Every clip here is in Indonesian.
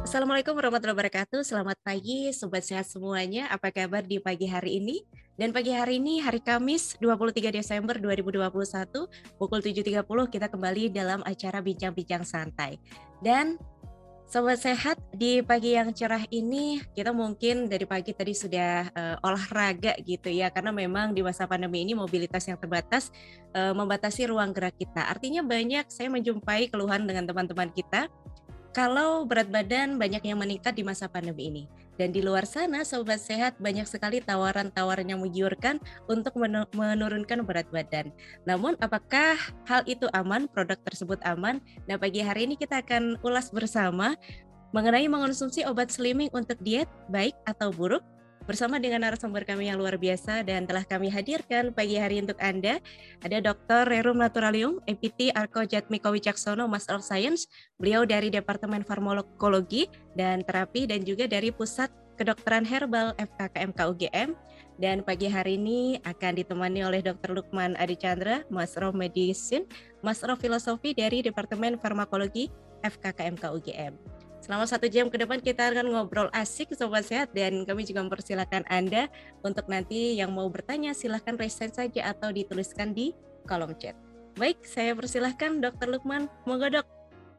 Assalamualaikum warahmatullahi wabarakatuh. Selamat pagi Sobat Sehat semuanya. Apa kabar di pagi hari ini? Dan pagi hari ini hari Kamis 23 Desember 2021 pukul 7.30 kita kembali dalam acara Bincang-Bincang Santai. Dan Sobat Sehat, di pagi yang cerah ini kita mungkin dari pagi tadi sudah olahraga gitu ya, karena memang di masa pandemi ini mobilitas yang terbatas membatasi ruang gerak kita. Artinya banyak saya menjumpai keluhan dengan teman-teman kita kalau berat badan banyak yang meningkat di masa pandemi ini. Dan di luar sana, Sobat Sehat, banyak sekali tawaran-tawaran yang menggiurkan untuk menurunkan berat badan. Namun, apakah hal itu aman, produk tersebut aman? Nah, pagi hari ini kita akan ulas bersama mengenai mengonsumsi obat slimming untuk diet, baik atau buruk, bersama dengan narasumber kami yang luar biasa dan telah kami hadirkan pagi hari untuk Anda. Ada Dr. Rerum Naturalium, MPT Arko Jatmiko Wicaksono, Master of Science. Beliau dari Departemen Farmakologi dan Terapi dan juga dari Pusat Kedokteran Herbal FKKMK UGM. Dan pagi hari ini akan ditemani oleh Dr. Lukman Adi Chandra, Master of Medicine, Master of Filosofi dari Departemen Farmakologi FKKMK UGM. Selama 1 jam ke depan kita akan ngobrol asik Sobat Sehat, dan kami juga mempersilahkan Anda untuk nanti yang mau bertanya silahkan raise hand saja atau dituliskan di kolom chat. Baik, saya persilahkan Dr. Lukman, monggo Dok.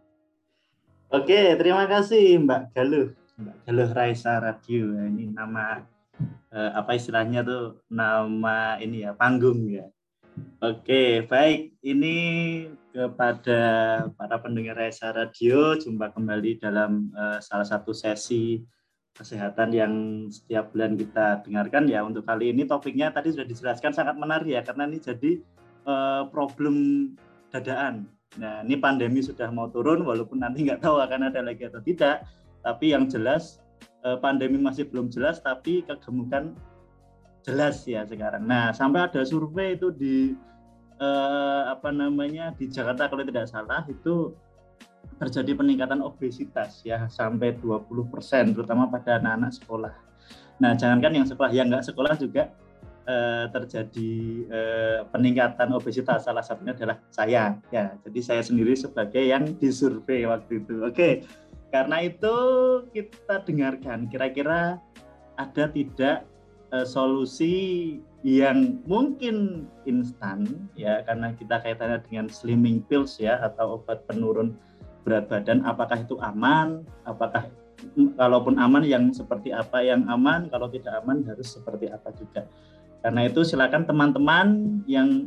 Oke, terima kasih Mbak Galuh Raisa Radio. Ini nama apa istilahnya tuh, nama ini ya, panggung ya. Oke, baik. Ini kepada para pendengar Raisa Radio, jumpa kembali dalam salah satu sesi kesehatan yang setiap bulan kita dengarkan ya. Untuk kali ini topiknya tadi sudah dijelaskan sangat menarik ya, karena ini jadi problem dadaan. Nah, ini pandemi sudah mau turun, walaupun nanti nggak tahu akan ada lagi atau tidak. Tapi yang jelas pandemi masih belum jelas, tapi kegemukan jelas ya sekarang. Nah, sampai ada survei itu di di Jakarta kalau tidak salah, itu terjadi peningkatan obesitas ya sampai 20%, terutama pada anak-anak sekolah. Nah, jangankan yang sekolah, yang nggak sekolah juga terjadi peningkatan obesitas. Salah satunya adalah saya ya. Jadi saya sendiri sebagai yang disurvei waktu itu. Oke, karena itu kita dengarkan kira-kira ada tidak solusi yang mungkin instan ya, karena kita kaitannya dengan slimming pills ya, atau obat penurun berat badan. Apakah itu aman? Apakah kalaupun aman, yang seperti apa yang aman? Kalau tidak aman, harus seperti apa juga? Karena itu silakan teman-teman yang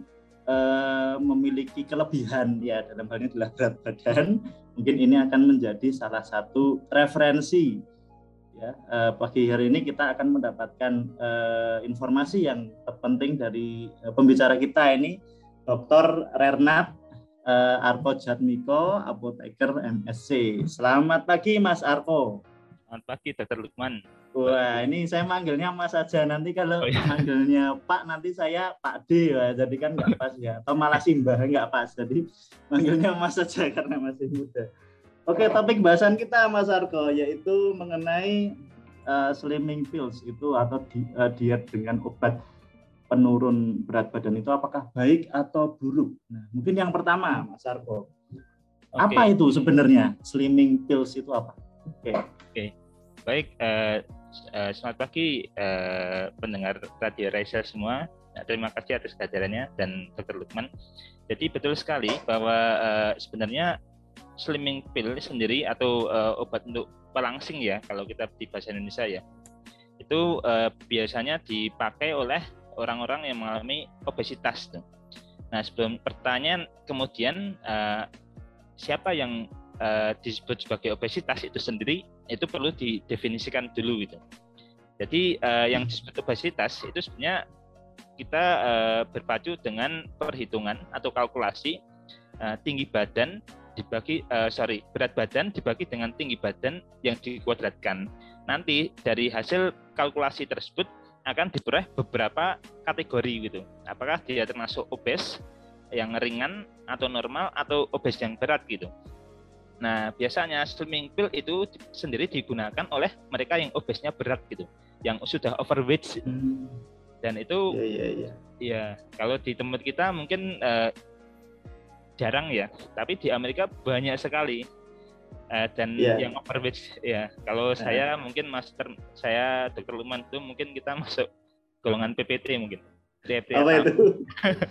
memiliki kelebihan ya, dalam hal ini adalah berat badan, mungkin ini akan menjadi salah satu referensi ya. Pagi hari ini kita akan mendapatkan informasi yang terpenting dari pembicara kita ini, Dr. Renat Arko Jatmiko, apoteker MSc. Selamat pagi Mas Arko. Selamat pagi Dr. Lukman. Wah, ini saya manggilnya Mas aja, nanti kalau manggilnya Pak nanti saya Pak D ya, jadi kan nggak pas ya, atau malah Simbah nggak pas, jadi manggilnya Mas aja karena masih muda. Oke, topik bahasan kita Mas Arko yaitu mengenai slimming pills itu, atau diet dengan obat penurun berat badan itu apakah baik atau buruk? Nah, mungkin yang pertama Mas Arko, apa itu sebenarnya slimming pills itu apa? Oke. Baik, selamat pagi pendengar Radio Raisa semua. Terima kasih atas kehadirannya dan Dr. Lukman. Jadi betul sekali bahwa sebenarnya slimming pill sendiri atau obat untuk pelangsing ya, kalau kita di bahasa Indonesia ya, itu biasanya dipakai oleh orang-orang yang mengalami obesitas. Nah, sebelum pertanyaan kemudian siapa yang disebut sebagai obesitas itu sendiri, itu perlu didefinisikan dulu gitu. Jadi yang disebut obesitas itu sebenarnya kita berpacu dengan perhitungan atau kalkulasi tinggi badan berat badan dibagi dengan tinggi badan yang dikuadratkan. Nanti dari hasil kalkulasi tersebut akan diperoleh beberapa kategori gitu. Apakah dia termasuk obes yang ringan atau normal atau obes yang berat gitu. Nah, biasanya slimming pill itu sendiri digunakan oleh mereka yang obesnya berat gitu, yang sudah overweight gitu. Dan itu ya kalau di tempat kita mungkin jarang ya, tapi di Amerika banyak sekali. Dan yang overweight ya, kalau saya mungkin saya Dr. Lukman itu mungkin kita masuk golongan PPT mungkin. Apa itu?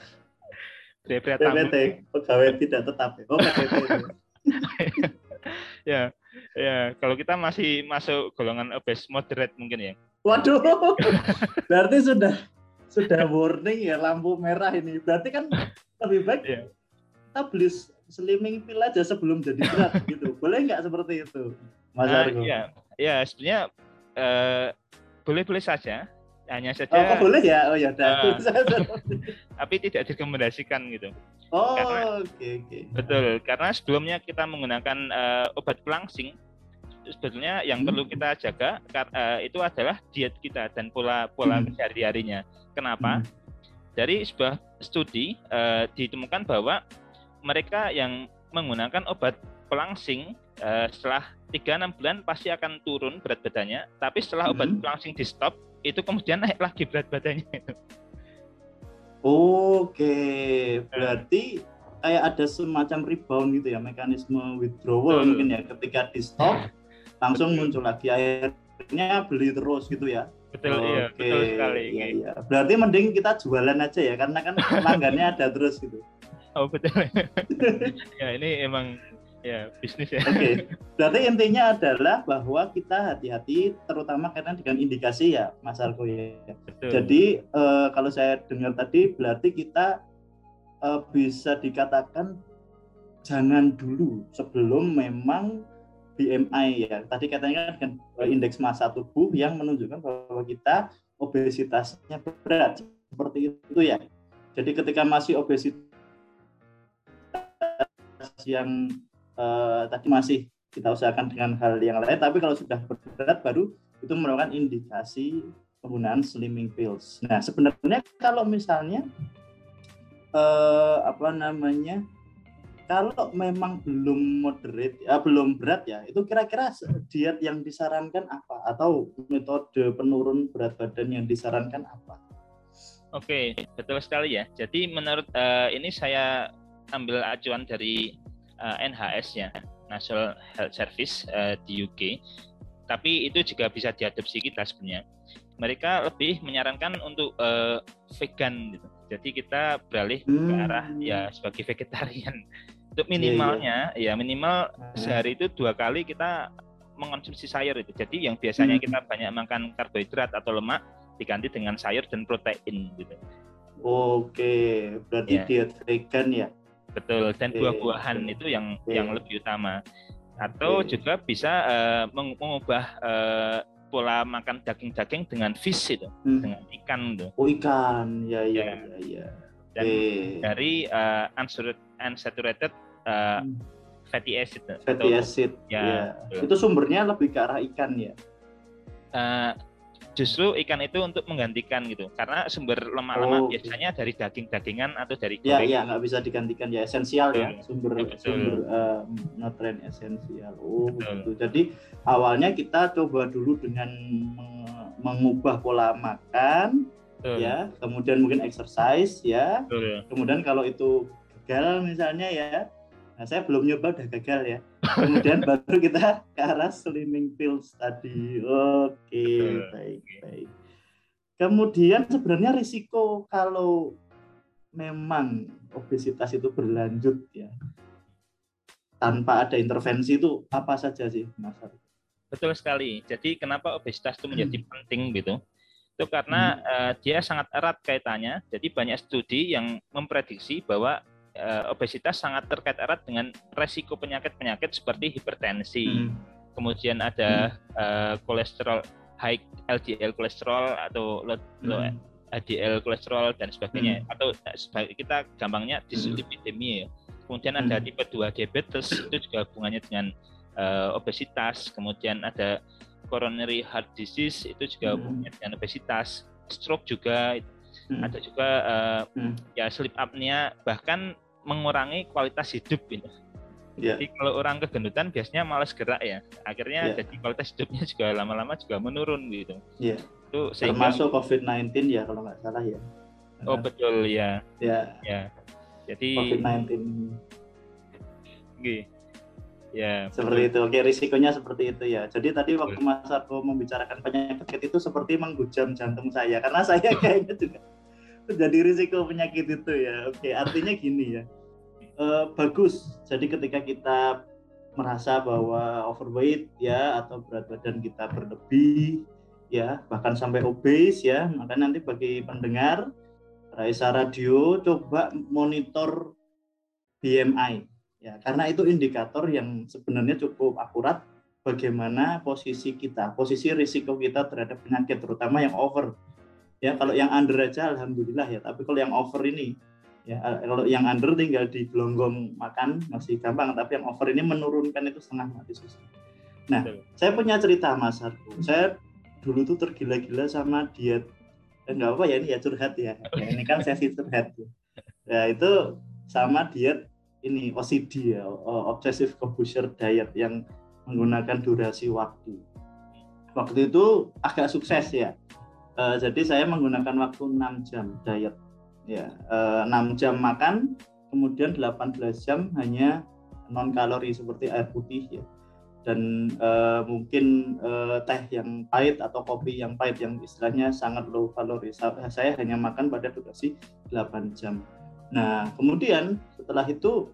PPT, pegawai tidak tetap. Oh, PPT. ya, kalau kita masih masuk golongan obes moderate mungkin ya. Waduh, berarti sudah warning ya, lampu merah ini. Berarti kan lebih baik kita beli slimming pill aja sebelum jadi berat gitu. Boleh nggak seperti itu, Mas Argo? Ya sebenarnya boleh-boleh saja. Hanya saja. Boleh ya? Oh ya, tapi tidak direkomendasikan gitu. Oke. Betul, karena sebelumnya kita menggunakan obat pelangsing, sebetulnya yang perlu kita jaga itu adalah diet kita dan pola sehari-harinya. Kenapa? Dari sebuah studi ditemukan bahwa mereka yang menggunakan obat pelangsing setelah 3-6 bulan pasti akan turun berat badannya, tapi setelah obat pelangsing di stop, itu kemudian naik lagi berat badannya. Oke, berarti kayak ada semacam rebound gitu ya, mekanisme withdrawal mungkin ya, ketika di stop langsung muncul lagi, akhirnya beli terus gitu ya. Betul, iya, betul sekali. Iya. Berarti mending kita jualan aja ya, karena kan pelanggannya ada terus gitu. Oh betul. Ya ini emang ya bisnis ya. Oke. Berarti intinya adalah bahwa kita hati-hati, terutama karena dengan indikasi ya, Mas Argo ya. Betul. Jadi kalau saya dengar tadi, berarti kita bisa dikatakan jangan dulu sebelum memang BMI ya. Tadi katanya kan indeks massa tubuh yang menunjukkan bahwa kita obesitasnya berat, seperti itu ya. Jadi ketika masih obesitas yang tadi masih kita usahakan dengan hal yang lain, tapi kalau sudah berat baru itu merupakan indikasi penggunaan slimming pills. Nah, sebenarnya kalau misalnya kalau memang belum moderate belum berat ya, itu kira-kira diet yang disarankan apa atau metode penurun berat badan yang disarankan apa? Oke, betul sekali ya. Jadi menurut ini saya ambil acuan dari NHS ya, National Health Service di UK. Tapi itu juga bisa diadopsi kita sebenarnya. Mereka lebih menyarankan untuk vegan gitu. Jadi kita beralih ke arah ya sebagai vegetarian. Untuk minimalnya ya minimal sehari itu 2 kali kita mengonsumsi sayur itu. Jadi yang biasanya kita banyak makan karbohidrat atau lemak diganti dengan sayur dan protein gitu. Oke, berarti diet vegan ya. Betul, dan buah-buahan itu yang lebih utama. Atau juga bisa mengubah pola makan daging-daging dengan fish itu, dengan ikan itu. Oh, ikan. Ya. Dan dari unsaturated fatty acid. Fatty acid. Ya. Itu sumbernya lebih ke arah ikan ya. Justru ikan itu untuk menggantikan gitu, karena sumber lemak-lemak biasanya dari daging-dagingan atau dari goreng. Ya, nggak bisa digantikan ya, esensial ya, sumber nutrien esensial. Betul. Jadi awalnya kita coba dulu dengan mengubah pola makan, ya, kemudian mungkin exercise ya, kemudian kalau itu gagal misalnya ya. Nah, saya belum nyoba, udah gagal ya. Kemudian baru kita ke arah slimming pills tadi. Oke, baik. Kemudian sebenarnya risiko kalau memang obesitas itu berlanjut ya, tanpa ada intervensi itu apa saja sih, Mas? Betul sekali. Jadi kenapa obesitas itu menjadi penting gitu? Itu karena dia sangat erat kaitannya. Jadi banyak studi yang memprediksi bahwa obesitas sangat terkait erat dengan resiko penyakit-penyakit seperti hipertensi, kemudian ada kolesterol, high LDL kolesterol atau low HDL kolesterol dan sebagainya, atau kita gampangnya dislipidemia ya. Kemudian ada tipe 2 diabetes, itu juga hubungannya dengan obesitas. Kemudian ada coronary heart disease, itu juga hubungannya dengan obesitas. Stroke juga ada juga ya sleep apnea, bahkan mengurangi kualitas hidup gitu. Jadi kalau orang kegendutan biasanya malas gerak ya, akhirnya jadi kualitas hidupnya juga lama-lama juga menurun gitu. Itu termasuk COVID-19 ya kalau nggak salah ya. Oh betul ya. Ya. Jadi COVID-19. Ya, Seperti betul. itu. Oke, risikonya seperti itu ya. Jadi tadi waktu Mas Argo membicarakan penyakit itu seperti menghujam jantung saya karena saya kayaknya juga menjadi risiko penyakit itu ya. Oke, artinya gini ya. Bagus. Jadi ketika kita merasa bahwa overweight ya atau berat badan kita berlebih ya, bahkan sampai obes ya, maka nanti bagi pendengar Raisa Radio coba monitor BMI ya, karena itu indikator yang sebenarnya cukup akurat bagaimana posisi kita, posisi risiko kita terhadap penyakit, terutama yang over ya. Kalau yang under aja alhamdulillah ya, tapi kalau yang over ini ya, kalau yang under tinggal di gelonggong makan masih gampang, tapi yang over ini menurunkan itu setengah mati susah. Nah, saya punya cerita Mas Argo. Saya dulu tuh tergila-gila sama diet, enggak apa ya, ini ya curhat ya, ini kan sesi curhat ya, itu sama diet ini OCD ya, Obsessive Compulsive Diet, yang menggunakan durasi waktu. Waktu itu agak sukses ya. Jadi saya menggunakan waktu 6 jam diet. Ya, 6 jam makan, kemudian 18 jam hanya non kalori seperti air putih ya. Dan mungkin teh yang pahit atau kopi yang pahit yang istilahnya sangat low kalori. Saya hanya makan pada durasi 8 jam. Nah, kemudian setelah itu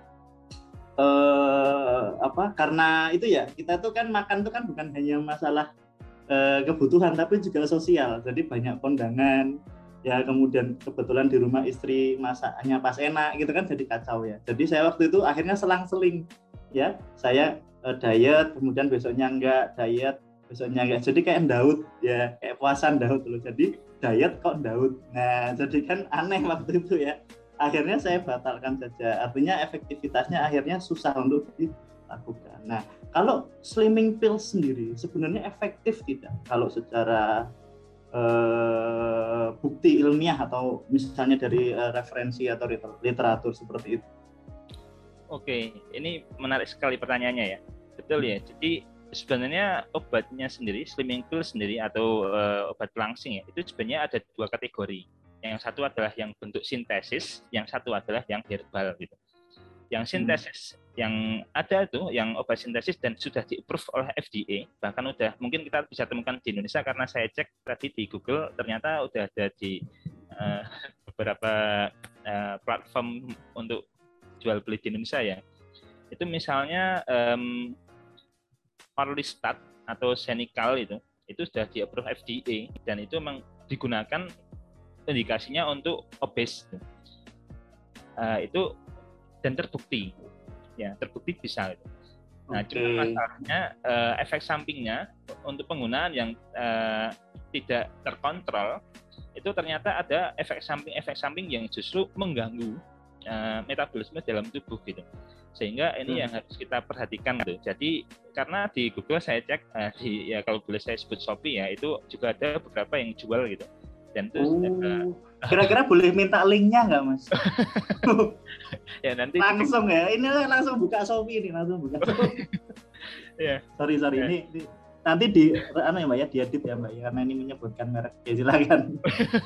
karena itu ya, kita tuh kan makan tuh kan bukan hanya masalah kebutuhan tapi juga sosial. Jadi banyak kondangan ya, kemudian kebetulan di rumah istri masaknya pas enak gitu kan, jadi kacau ya. Jadi saya waktu itu akhirnya selang-seling ya, saya diet, kemudian besoknya enggak diet, besoknya enggak. Jadi kayak Daud ya, kayak puasan Daud loh. Jadi diet kok Daud. Nah, jadi kan aneh waktu itu ya. Akhirnya saya batalkan saja. Artinya efektivitasnya akhirnya susah untuk dilakukan. Nah, kalau slimming pills sendiri sebenarnya efektif tidak kalau secara bukti ilmiah atau misalnya dari referensi atau literatur seperti itu? Oke, ini menarik sekali pertanyaannya ya. Betul ya. Jadi sebenarnya obatnya sendiri, slimming pill sendiri atau obat pelangsing ya, itu sebenarnya ada 2 kategori. Yang satu adalah yang bentuk sintesis, yang satu adalah yang herbal gitu. Yang sintesis yang ada itu yang obat sintesis dan sudah di-approve oleh FDA, bahkan udah mungkin kita bisa temukan di Indonesia karena saya cek tadi di Google ternyata udah ada di beberapa platform untuk jual beli di Indonesia ya. Itu misalnya Orlistat atau Xenical itu sudah di-approve FDA dan itu memang digunakan indikasinya untuk obes itu dan terbukti bisa itu. Nah, cuma masalahnya efek sampingnya untuk penggunaan yang tidak terkontrol itu ternyata ada efek samping yang justru mengganggu metabolisme dalam tubuh gitu. Sehingga ini yang harus kita perhatikan gitu. Jadi karena di Google saya cek ya kalau boleh saya sebut Shopee ya, itu juga ada beberapa yang jual gitu. Dan itu kira-kira boleh minta linknya nggak Mas? Ya nanti langsung ya, ini langsung buka Shopee ini, langsung buka Shopee. Ya. Sorry ya. Ini nanti di ya Mbak ya, diedit ya Mbak ya, karena ini menyebutkan merek. Ya silakan.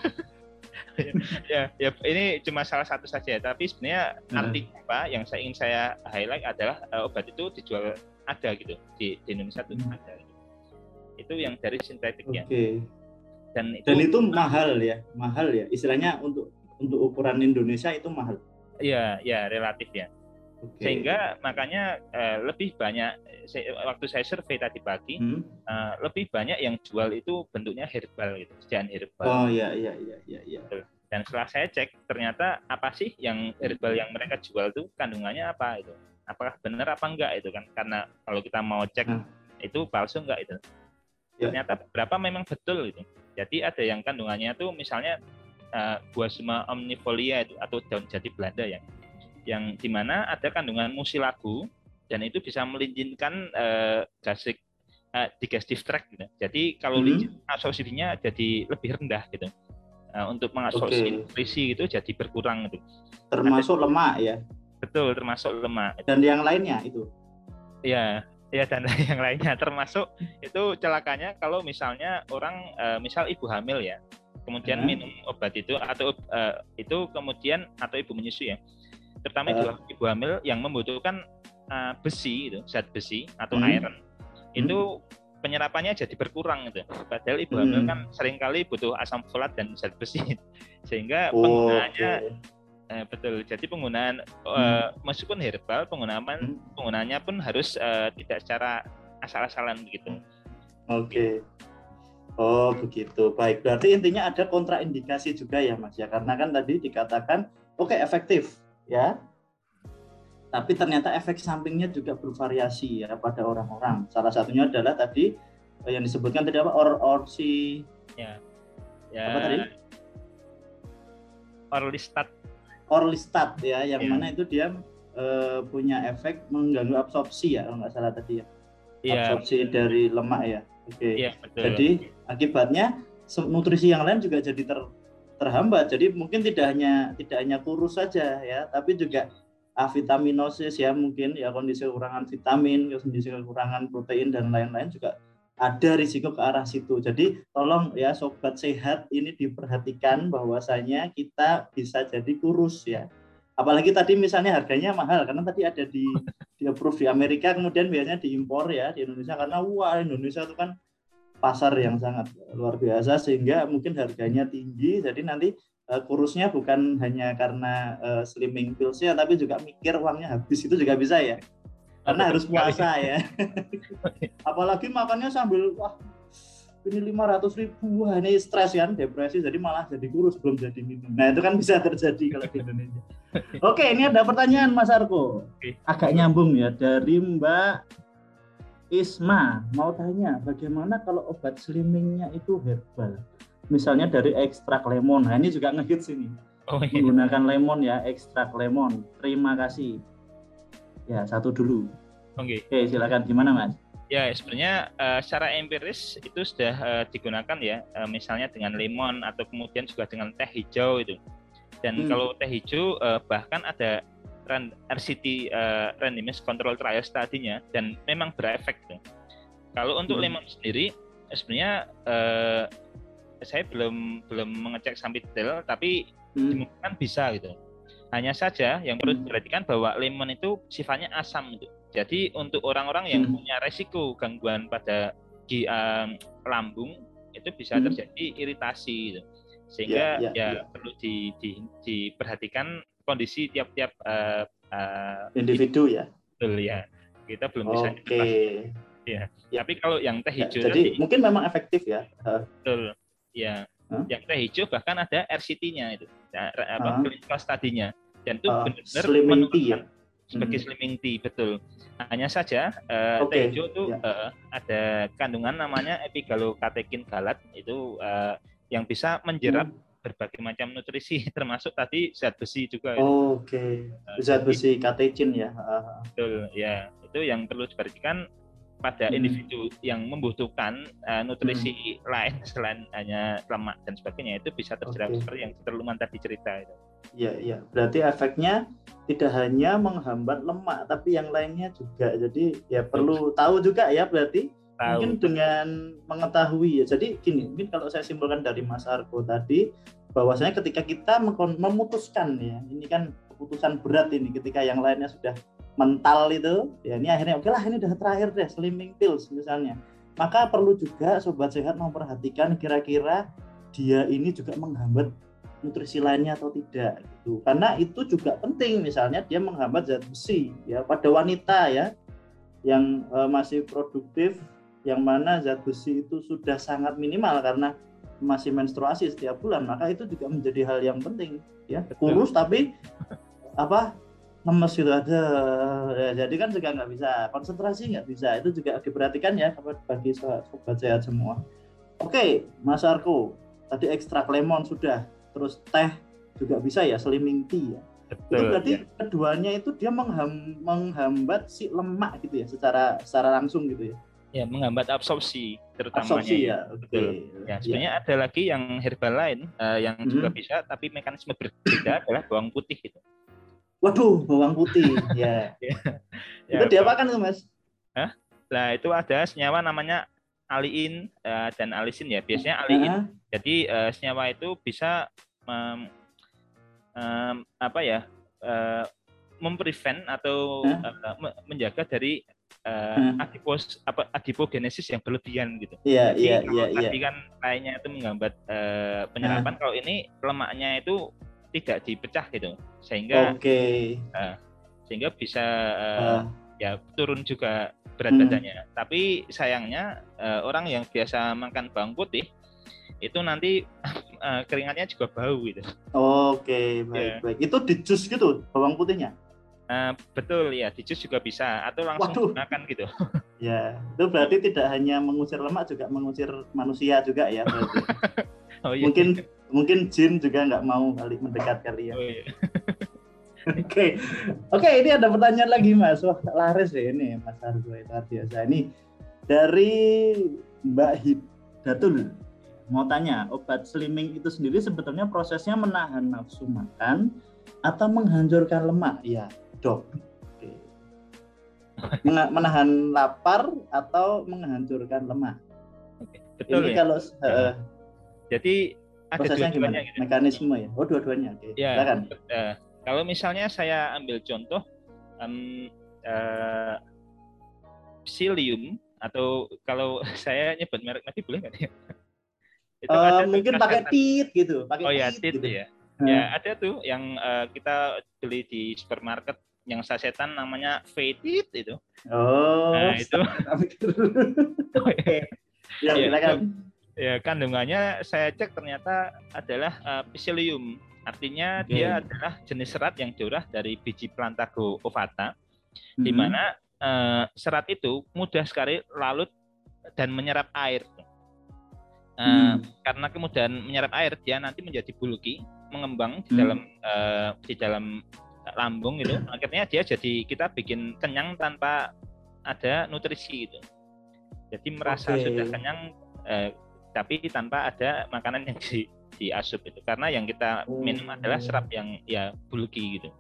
ya ini cuma salah satu saja, tapi sebenarnya artinya apa yang ingin saya highlight adalah obat itu dijual ada gitu di Indonesia tuh ada. Itu yang dari sintetik ya. Dan itu mahal ya, istilahnya untuk ukuran Indonesia itu mahal. Iya relatif ya. Sehingga makanya lebih banyak waktu saya survei tadi pagi lebih banyak yang jual itu bentuknya herbal gitu, jangan herbal. Oh iya. Dan setelah saya cek ternyata apa sih yang herbal yang mereka jual itu kandungannya apa itu? Apakah benar apa enggak itu kan? Karena kalau kita mau cek itu palsu enggak itu. Ternyata berapa memang betul itu. Jadi ada yang kandungannya itu misalnya Guasuma omnifolia itu atau daun jati Belanda ya, yang dimana ada kandungan mucilago dan itu bisa melincinkan digestive tract gitu. Jadi kalau absorpsinya jadi lebih rendah gitu. Untuk mengabsorpsi nutrisi itu jadi berkurang gitu. Termasuk lemak ya. Betul, termasuk lemak. Dan yang lainnya itu. Ya dan yang lainnya termasuk itu celakanya kalau misalnya orang misal ibu hamil ya, kemudian minum obat itu atau itu kemudian atau ibu menyusui ya, terutama ibu hamil yang membutuhkan besi itu, zat besi atau iron itu penyerapannya jadi berkurang gitu. Padahal ibu hamil kan seringkali butuh asam folat dan zat besi, sehingga penggunaannya betul. Jadi penggunaan meskipun herbal, penggunaannya pun harus tidak secara asal-asalan begitu. Oke. Oh begitu. Baik. Berarti intinya ada kontraindikasi juga ya Mas ya, karena kan tadi dikatakan oke, efektif ya. Tapi ternyata efek sampingnya juga bervariasi ya pada orang-orang. Salah satunya adalah tadi yang disebutkan tadi apa? Orsi. Ya. Apa tadi? Orlistat ya, yang mana itu dia punya efek mengganggu absorpsi ya, kalau nggak salah tadi ya. Absorpsi dari lemak ya. Oke. Iya, betul. Jadi akibatnya nutrisi yang lain juga jadi terhambat. Jadi mungkin tidak hanya kurus saja ya, tapi juga avitaminosis ya, mungkin ya, kondisi kekurangan vitamin, kondisi kekurangan protein dan lain-lain juga ada risiko ke arah situ. Jadi tolong ya sobat sehat ini diperhatikan bahwasanya kita bisa jadi kurus ya. Apalagi tadi misalnya harganya mahal, karena tadi ada di approve di Amerika, kemudian biasanya diimpor ya di Indonesia, karena Indonesia itu kan pasar yang sangat luar biasa sehingga mungkin harganya tinggi. Jadi nanti kurusnya bukan hanya karena slimming pills-nya, tapi juga mikir uangnya habis, itu juga bisa ya, karena harus puasa ya. Apalagi makannya sambil ini 500.000, ini stres kan, depresi, jadi malah jadi kurus belum jadi minum. Nah itu kan bisa terjadi kalau di Indonesia. Oke, ini ada pertanyaan Mas Arko, agak nyambung ya, dari Mbak Isma, mau tanya bagaimana kalau obat slimmingnya itu herbal, misalnya dari ekstrak lemon. Nah ini juga ngehits ini, menggunakan lemon ya, ekstrak lemon. Terima kasih ya, satu dulu. Oke, silakan, gimana Mas? Ya, sebenarnya secara empiris itu sudah digunakan ya, misalnya dengan lemon atau kemudian juga dengan teh hijau itu. Dan kalau teh hijau bahkan ada RCT, randomized control trial study-nya, dan memang berefek tuh. Kalau untuk lemon sendiri sebenarnya saya belum mengecek sampai detail, tapi dimungkinkan bisa gitu. Hanya saja yang perlu diperhatikan bahwa lemon itu sifatnya asam gitu. Jadi untuk orang-orang yang punya resiko gangguan pada lambung itu bisa terjadi iritasi gitu. Sehingga perlu diperhatikan kondisi tiap-tiap individu ya. Betul ya. Kita belum bisa ya. Tapi kalau yang teh hijau jadi mungkin memang efektif ya. Betul. Ya. Yang teh hijau bahkan ada RCT-nya itu. Clinical study-nya. Dan itu benar-benar menunjukkan sebagai slimming tea, betul. Hanya saja teh hijau itu ada kandungan namanya epigalokatekin galat itu yang bisa menjerap berbagai macam nutrisi, termasuk tadi zat besi juga. Zat besi katechin ya. Betul ya, itu yang perlu diperhatikan pada individu yang membutuhkan nutrisi lain selain hanya lemak dan sebagainya, itu bisa terjerap seperti yang Dr. Lukman tadi cerita itu. Iya. Berarti efeknya tidak hanya menghambat lemak, tapi yang lainnya juga. Jadi ya perlu tahu juga ya, berarti mungkin dengan mengetahui ya. Jadi gini, mungkin kalau saya simpulkan dari Mas Arko tadi, bahwasanya ketika kita memutuskan ya, ini kan keputusan berat ini, ketika yang lainnya sudah mental itu, ya ini akhirnya oke lah, ini udah terakhir deh, slimming pills misalnya. Maka perlu juga sobat sehat memperhatikan kira-kira dia ini juga menghambat nutrisi lainnya atau tidak gitu. Karena itu juga penting, misalnya dia menghambat zat besi ya pada wanita ya yang masih produktif, yang mana zat besi itu sudah sangat minimal karena masih menstruasi setiap bulan, maka itu juga menjadi hal yang penting ya. Kurus tapi lemes gitu ada ya, jadi kan juga nggak bisa konsentrasi, nggak bisa, itu juga diperhatikan ya bagi sobat sehat semua. Oke, Mas Arko, tadi ekstrak lemon sudah, terus teh juga bisa ya, slimming tea ya. Betul, itu berarti keduanya itu dia menghambat si lemak gitu ya, secara langsung gitu ya. Ya, menghambat absorpsi terutamanya. Absorpsi ya. Betul. Ya, sebenarnya ada lagi yang herbal lain yang juga bisa, tapi mekanisme berbeda adalah bawang putih gitu. Waduh, bawang putih ya. Itu diapakan itu Mas? Nah, itu ada senyawa namanya aliin dan alisin ya. Biasanya aliin. Jadi senyawa itu bisa memprevent atau menjaga dari adipogenesis yang berlebihan gitu. Jadi kalau tadi kan lainnya itu menghambat penyerapan, kalau ini lemaknya itu tidak dipecah gitu, sehingga sehingga bisa ya turun juga berat badannya. Tapi sayangnya orang yang biasa makan bawang putih itu nanti keringatnya juga bau gitu. Baik. Itu di jus gitu bawang putihnya? Betul ya, di jus juga bisa atau langsung makan gitu. Ya, itu berarti tidak hanya mengusir lemak, juga mengusir manusia juga ya berarti. Mungkin jin juga nggak mau kali mendekat kali ya. Oke, ini ada pertanyaan lagi Mas. Wah, laris ya ini Mas Argo, luar biasa. Ini dari Mbak Hidatul mau tanya, obat slimming itu sendiri sebetulnya prosesnya menahan nafsu makan atau menghancurkan lemak? Ya, Dok. Menahan lapar atau menghancurkan lemak? Betul. Ini ya? Kalau jadi ada dua-duanya gitu. Mekanisme ya. Oh, dua-duanya. Oke. Ya, silakan. Kalau misalnya saya ambil contoh psyllium, atau kalau saya nyebut merek nanti boleh nggak ya? Itu ada mungkin pakai tit gitu, tit gitu. Ya. Ya, ada tuh yang kita beli di supermarket yang sasetan namanya Fetit itu. Itu. Ya, silakan. Ya, kandungannya saya cek ternyata adalah psyllium. Artinya dia adalah jenis serat yang diurah dari biji Plantago ovata, di mana serat itu mudah sekali larut dan menyerap air. Karena kemudian menyerap air, dia nanti menjadi bulky, mengembang di dalam lambung itu. Akhirnya dia jadi kita bikin kenyang tanpa ada nutrisi gitu. Jadi merasa sudah kenyang tapi tanpa ada makanan yang diasup itu. Karena yang kita minum adalah serap yang ya bulky gitu.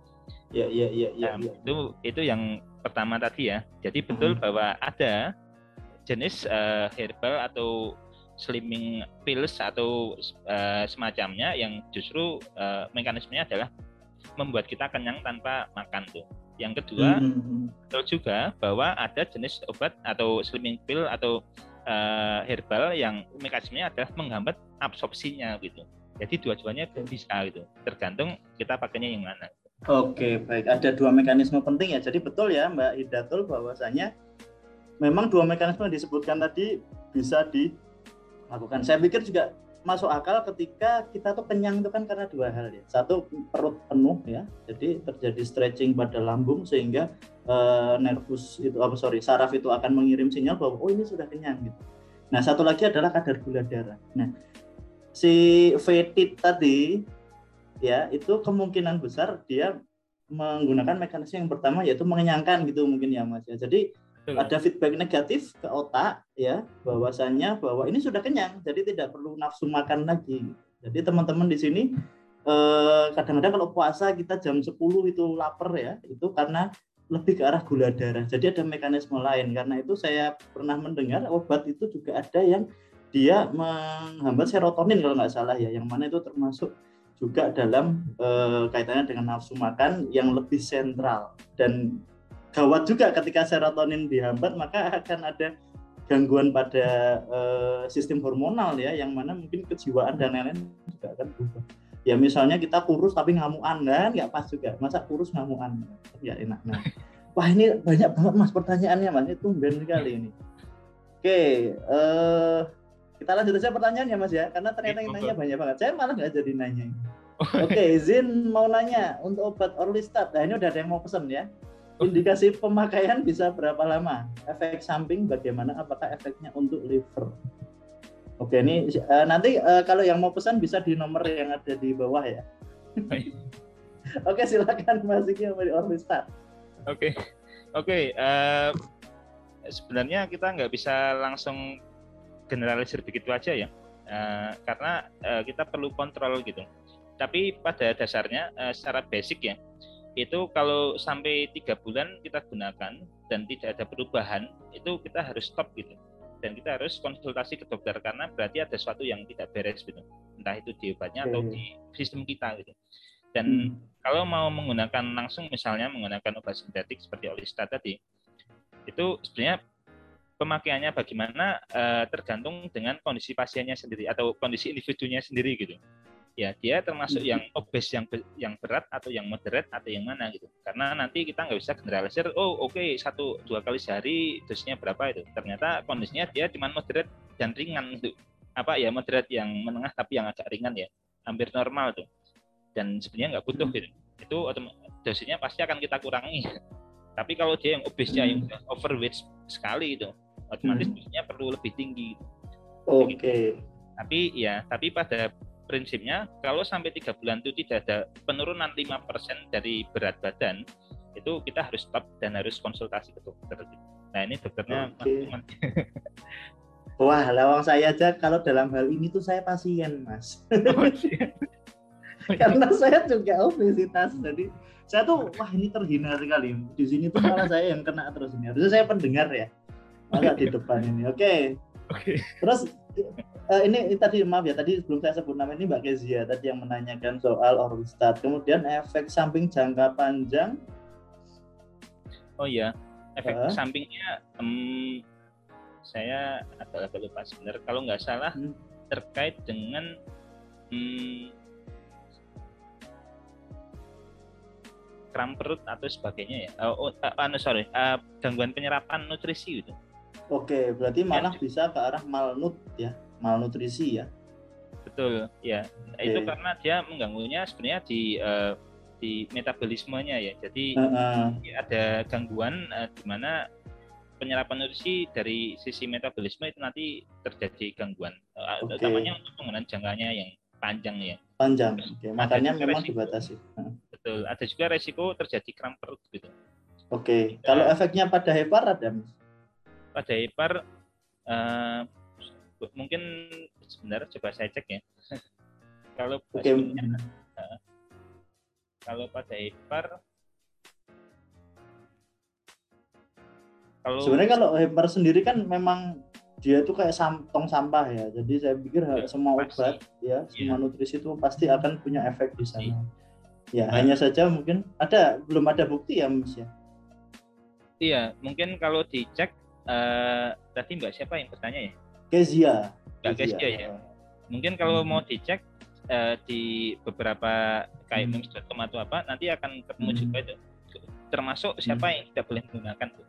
Itu yang pertama tadi ya. Jadi betul bahwa ada jenis herbal atau slimming pills atau semacamnya yang justru mekanismenya adalah membuat kita kenyang tanpa makan tuh. Yang kedua, betul juga bahwa ada jenis obat atau slimming pill atau herbal yang mekanismenya adalah menghambat absorpsinya gitu. Jadi dua-duanya bisa gitu. Tergantung kita pakainya yang mana. Oke, baik. Ada dua mekanisme penting ya. Jadi betul ya Mbak Hidatul bahwasanya memang dua mekanisme yang disebutkan tadi bisa dilakukan. Saya pikir juga masuk akal ketika kita tuh kenyang itu kan karena dua hal ya. Satu, perut penuh ya. Jadi terjadi stretching pada lambung sehingga saraf itu akan mengirim sinyal bahwa oh ini sudah kenyang gitu. Nah, satu lagi adalah kadar gula darah. Nah, si Fetit tadi ya itu kemungkinan besar dia menggunakan mekanisme yang pertama yaitu mengenyangkan gitu mungkin ya Mas ya. Jadi ada feedback negatif ke otak ya bahwasanya bahwa ini sudah kenyang, jadi tidak perlu nafsu makan lagi. Jadi teman-teman di sini kadang-kadang kalau puasa kita jam 10 itu lapar ya, itu karena lebih ke arah gula darah. Jadi ada mekanisme lain. Karena itu saya pernah mendengar obat itu juga ada yang dia menghambat serotonin kalau nggak salah ya, yang mana itu termasuk juga dalam kaitannya dengan nafsu makan yang lebih sentral. Dan gawat juga ketika serotonin dihambat, maka akan ada gangguan pada sistem hormonal ya, yang mana mungkin kejiwaan dan lain-lain juga akan berubah. Ya misalnya kita kurus tapi ngamuan kan nggak pas juga. Masa kurus ngamuan nggak enak. Nah, wah ini banyak banget Mas pertanyaannya Mas, ini tumben sekali ini. Oke, kita lanjut aja pertanyaannya Mas ya, karena ternyata yang nanya banyak banget. Saya malah nggak jadi nanya. Oke, Zin mau nanya untuk obat Orlistat. Nah ini udah ada yang mau pesen ya. Indikasi pemakaian bisa berapa lama? Efek samping bagaimana? Apakah efeknya untuk liver? Oke, ini nanti kalau yang mau pesan bisa di nomor yang ada di bawah ya. Oke, silakan Mas Ziki dari Orlistat. Oke. Sebenarnya kita nggak bisa langsung generalisir begitu aja ya, karena kita perlu kontrol gitu. Tapi pada dasarnya secara basic ya, itu kalau sampai 3 bulan kita gunakan dan tidak ada perubahan, itu kita harus stop gitu. Dan kita harus konsultasi ke dokter karena berarti ada sesuatu yang tidak beres gitu. Entah itu di obatnya atau di sistem kita gitu. Dan Kalau mau menggunakan langsung, misalnya menggunakan obat sintetik seperti Olistat tadi, itu sebenarnya pemakaiannya bagaimana tergantung dengan kondisi pasiennya sendiri atau kondisi individunya sendiri gitu. Ya, dia termasuk yang obes yang berat atau yang moderate atau yang mana gitu. Karena nanti kita nggak bisa generalisir, oh oke, 1-2 kali sehari dosisnya berapa itu. Ternyata kondisinya dia cuma moderate dan ringan gitu. Moderate yang menengah tapi yang agak ringan ya. Hampir normal tuh. Dan sebenarnya nggak butuh gitu. Itu dosisnya pasti akan kita kurangi. Tapi kalau dia yang obesnya yang overweight sekali itu, otomatis dosisnya perlu lebih tinggi. Oke. Tapi pada prinsipnya kalau sampai 3 bulan itu tidak ada penurunan 5% dari berat badan, itu kita harus stop dan harus konsultasi ke dokter. Nah, ini dokternya Wah, lawang saya aja kalau dalam hal ini tuh saya pasien, Mas. Karena saya juga obesitas, jadi saya tuh ini terhina sekali. Di sini tuh malah saya yang kena terus ini. Harusnya saya pendengar ya, masa di depan ini. Oke. Terus ini tadi maaf ya, tadi sebelum saya sebut nama ini Mbak Kezia tadi yang menanyakan soal Orlistat. Kemudian efek samping jangka panjang. Oh iya, efek sampingnya saya agak lupa sebenarnya. Kalau nggak salah terkait dengan kram perut atau sebagainya ya. Gangguan penyerapan nutrisi gitu. Oke, berarti malah bisa ke arah malnutrisi ya. Betul, ya. Itu karena dia mengganggunya sebenarnya di metabolismenya ya. Jadi ada gangguan di mana penyerapan nutrisi dari sisi metabolisme itu nanti terjadi gangguan. Utamanya untuk penggunaan jangkanya yang panjang ya. Panjang. Oke, makanya memang dibatasi. Betul. Ada juga resiko terjadi kram perut gitu. Oke. Kalau efeknya pada hepar ada, Mas? Pada hepar mungkin sebentar coba saya cek ya. Kalau kalau pada hepar, sebenarnya kalau hepar sendiri kan memang dia itu kayak tong sampah ya. Jadi saya pikir semua obat ya, semua nutrisi itu pasti akan punya efek di sana. Ya, hanya saja mungkin belum ada bukti ya, Mas ya. Iya, mungkin kalau dicek tadi Mbak siapa yang bertanya ya? Kezia. Mbak Kezia ya. Mungkin kalau mau dicek di beberapa kayak memes.com atau apa, nanti akan ketemu juga itu. Termasuk siapa yang tidak boleh menggunakan tuh.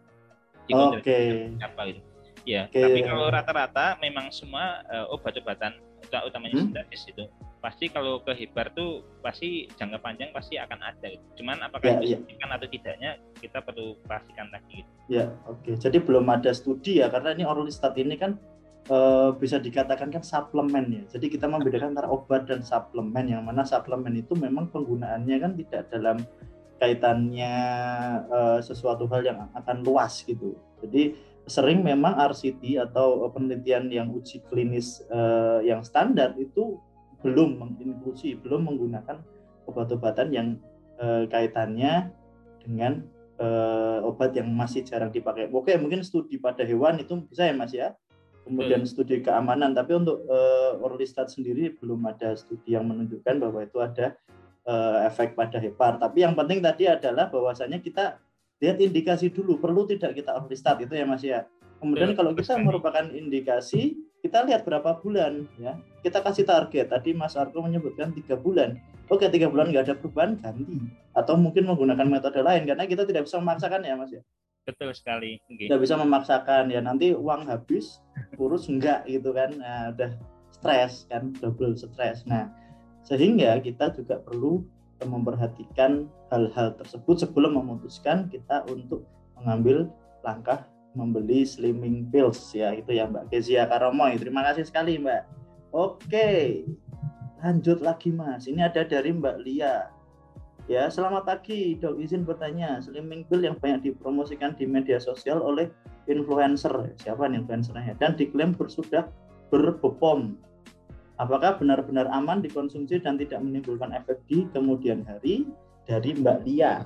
Oke. Siapa gitu. Ya, tapi kalau rata-rata memang semua obat-obatan utamanya sintetis itu pasti kalau ke hepar tuh pasti jangka panjang pasti akan ada gitu. Cuman apakah itu signifikan atau tidaknya kita perlu pastikan lagi gitu. Ya, oke. Jadi belum ada studi ya, karena ini Orlistat ini kan bisa dikatakan kan suplemen ya. Jadi kita membedakan antara obat dan suplemen, yang mana suplemen itu memang penggunaannya kan tidak dalam kaitannya sesuatu hal yang akan luas gitu. Jadi sering memang RCT atau penelitian yang uji klinis yang standar itu belum menginklusi, belum menggunakan obat-obatan yang kaitannya dengan obat yang masih jarang dipakai. Oke, mungkin studi pada hewan itu bisa ya Mas ya. Kemudian studi keamanan, tapi untuk Orlistat sendiri belum ada studi yang menunjukkan bahwa itu ada efek pada hepar. Tapi yang penting tadi adalah bahwasanya kita lihat indikasi dulu, perlu tidak kita Orlistat itu ya Mas ya. Kemudian kalau kita merupakan indikasi, kita lihat berapa bulan ya. Kita kasih target. Tadi Mas Arko menyebutkan 3 bulan. Oke, 3 bulan nggak ada perubahan, ganti. Atau mungkin menggunakan metode lain, karena kita tidak bisa memaksakan ya Mas ya. Betul sekali. Tidak bisa memaksakan ya, nanti uang habis, kurus enggak gitu kan. Nah, udah stres kan, double stres. Nah, sehingga kita juga perlu memperhatikan hal-hal tersebut sebelum memutuskan kita untuk mengambil langkah membeli slimming pills ya, itu ya Mbak Kezia Karomoy. Terima kasih sekali Mbak. Oke, lanjut lagi Mas. Ini ada dari Mbak Lia. Ya, selamat pagi Dok, izin bertanya, slimming pill yang banyak dipromosikan di media sosial oleh influencer, siapa nih influencernya, dan diklaim sudah berbepom. Apakah benar-benar aman dikonsumsi dan tidak menimbulkan efek di kemudian hari? Dari Mbak Lia.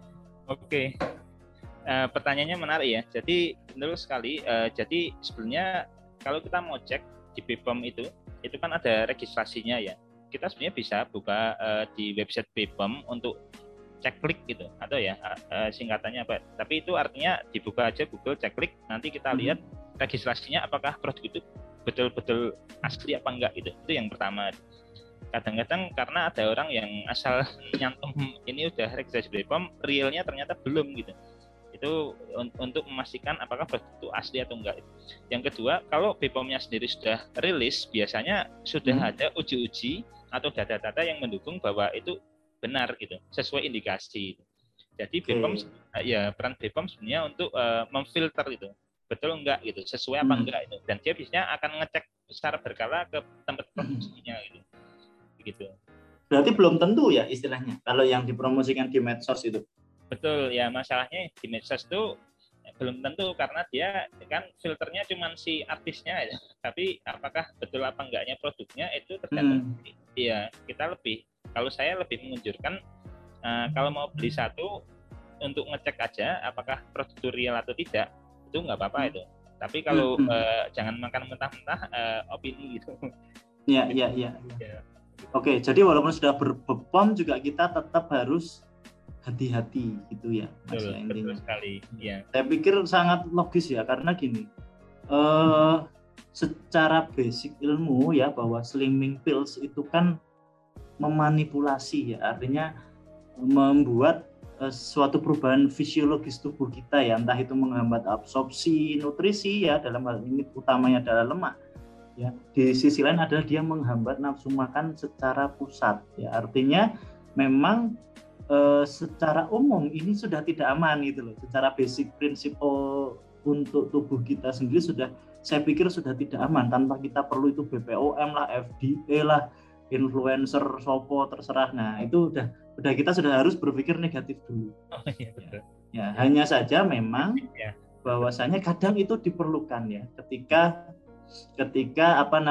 Oke. Pertanyaannya menarik ya. Jadi benar sekali. Jadi sebenarnya kalau kita mau cek di BPOM itu kan ada registrasinya ya. kita sebenarnya bisa buka di website BPOM untuk cek klik gitu, atau ya singkatannya apa. Tapi itu artinya dibuka aja Google, cek klik, nanti kita lihat registrasinya apakah produk itu betul-betul asli apa enggak gitu. Itu yang pertama. Kadang-kadang karena ada orang yang asal nyantum ini udah registrasi BPOM, realnya ternyata belum gitu. Itu untuk memastikan apakah produk itu asli atau enggak. Yang kedua, kalau BPOM-nya sendiri sudah rilis, biasanya sudah ada uji-uji atau data-data yang mendukung bahwa itu benar gitu, sesuai indikasi. Jadi BPOM ya, peran BPOM sebenarnya untuk memfilter itu betul enggak gitu, sesuai apa enggak itu. Dan dia biasanya akan ngecek secara berkala ke tempat produksinya gitu. Berarti belum tentu ya istilahnya kalau yang dipromosikan di medsos itu. Betul ya, masalahnya di medsos itu belum tentu karena dia kan filternya cuma si artisnya ya. Tapi apakah betul apa enggaknya produknya itu tergantung. Iya, kalau saya lebih menganjurkan kalau mau beli satu untuk ngecek aja apakah produk itu real atau tidak, itu nggak apa-apa itu. Tapi kalau jangan makan mentah-mentah opini gitu. Iya. Oke, jadi walaupun sudah berbepom juga kita tetap harus hati-hati gitu ya, Mas. Betul sekali. Ya. Saya pikir sangat logis ya, karena gini, secara basic ilmu ya bahwa slimming pills itu kan memanipulasi ya, artinya membuat suatu perubahan fisiologis tubuh kita ya, entah itu menghambat absorpsi nutrisi ya, dalam hal ini utamanya adalah lemak ya. Di sisi lain adalah dia menghambat nafsu makan secara pusat ya, artinya memang secara umum ini sudah tidak aman gitu loh. Secara basic prinsip untuk tubuh kita sendiri saya pikir sudah tidak aman, tanpa kita perlu itu BPOM lah, FDA lah, influencer, sopo, terserah. Nah itu udah kita sudah harus berpikir negatif dulu. Iya, betul. Ya, hanya saja memang bahwasanya kadang itu diperlukan ya, ketika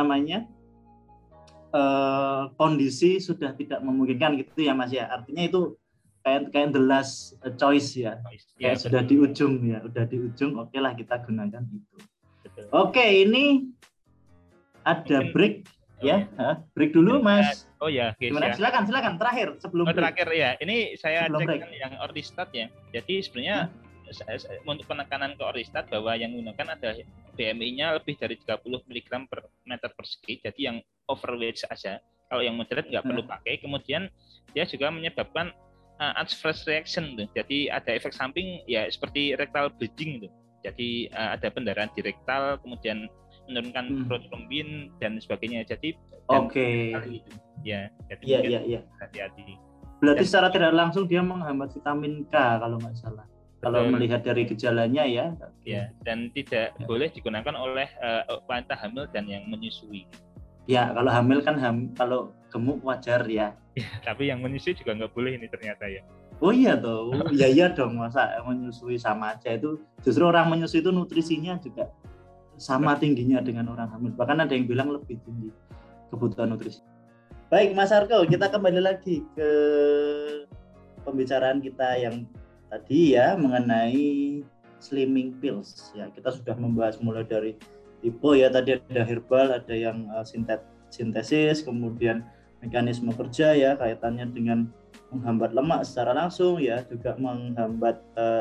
kondisi sudah tidak memungkinkan gitu ya, Mas ya. Artinya itu kayak the last choice ya. Kayak sudah di ujung ya, oke lah kita gunakan itu. Betul. Oke, ini ada break ya. Break dulu, Mas. Oh ya, gimana? Silakan terakhir sebelum break. Terakhir ya. Ini saya cek yang Orlistat ya. Jadi sebenarnya untuk penekanan ke Orlistat bahwa yang menggunakan ada BMI-nya lebih dari 30 mg per meter persegi. Jadi yang overweight saja. Kalau yang moderate nggak perlu pakai. Kemudian dia juga menyebabkan adverse reaction tuh. Jadi ada efek samping ya seperti rectal bleeding itu. Jadi ada pendarahan di rektal, kemudian menurunkan protrombin dan sebagainya. Jadi Iya. Hati-hati. Berarti secara tidak langsung dia menghambat vitamin K kalau nggak salah. Kalau melihat dari gejalanya ya. Ya, dan tidak boleh digunakan oleh wanita hamil dan yang menyusui. Ya, kalau hamil kan kalau gemuk wajar ya. Ya, tapi yang menyusui juga nggak boleh ini ternyata ya. Oh iya toh, iya dong, masa menyusui sama aja. Itu justru orang menyusui itu nutrisinya juga sama tingginya dengan orang hamil. Bahkan ada yang bilang lebih tinggi kebutuhan nutrisi. Baik, Mas Arko, kita kembali lagi ke pembicaraan kita yang tadi ya mengenai slimming pills. Ya, kita sudah membahas mulai dari tipe ya, tadi ada herbal, ada yang sintesis, kemudian mekanisme kerja ya, kaitannya dengan menghambat lemak secara langsung ya, juga menghambat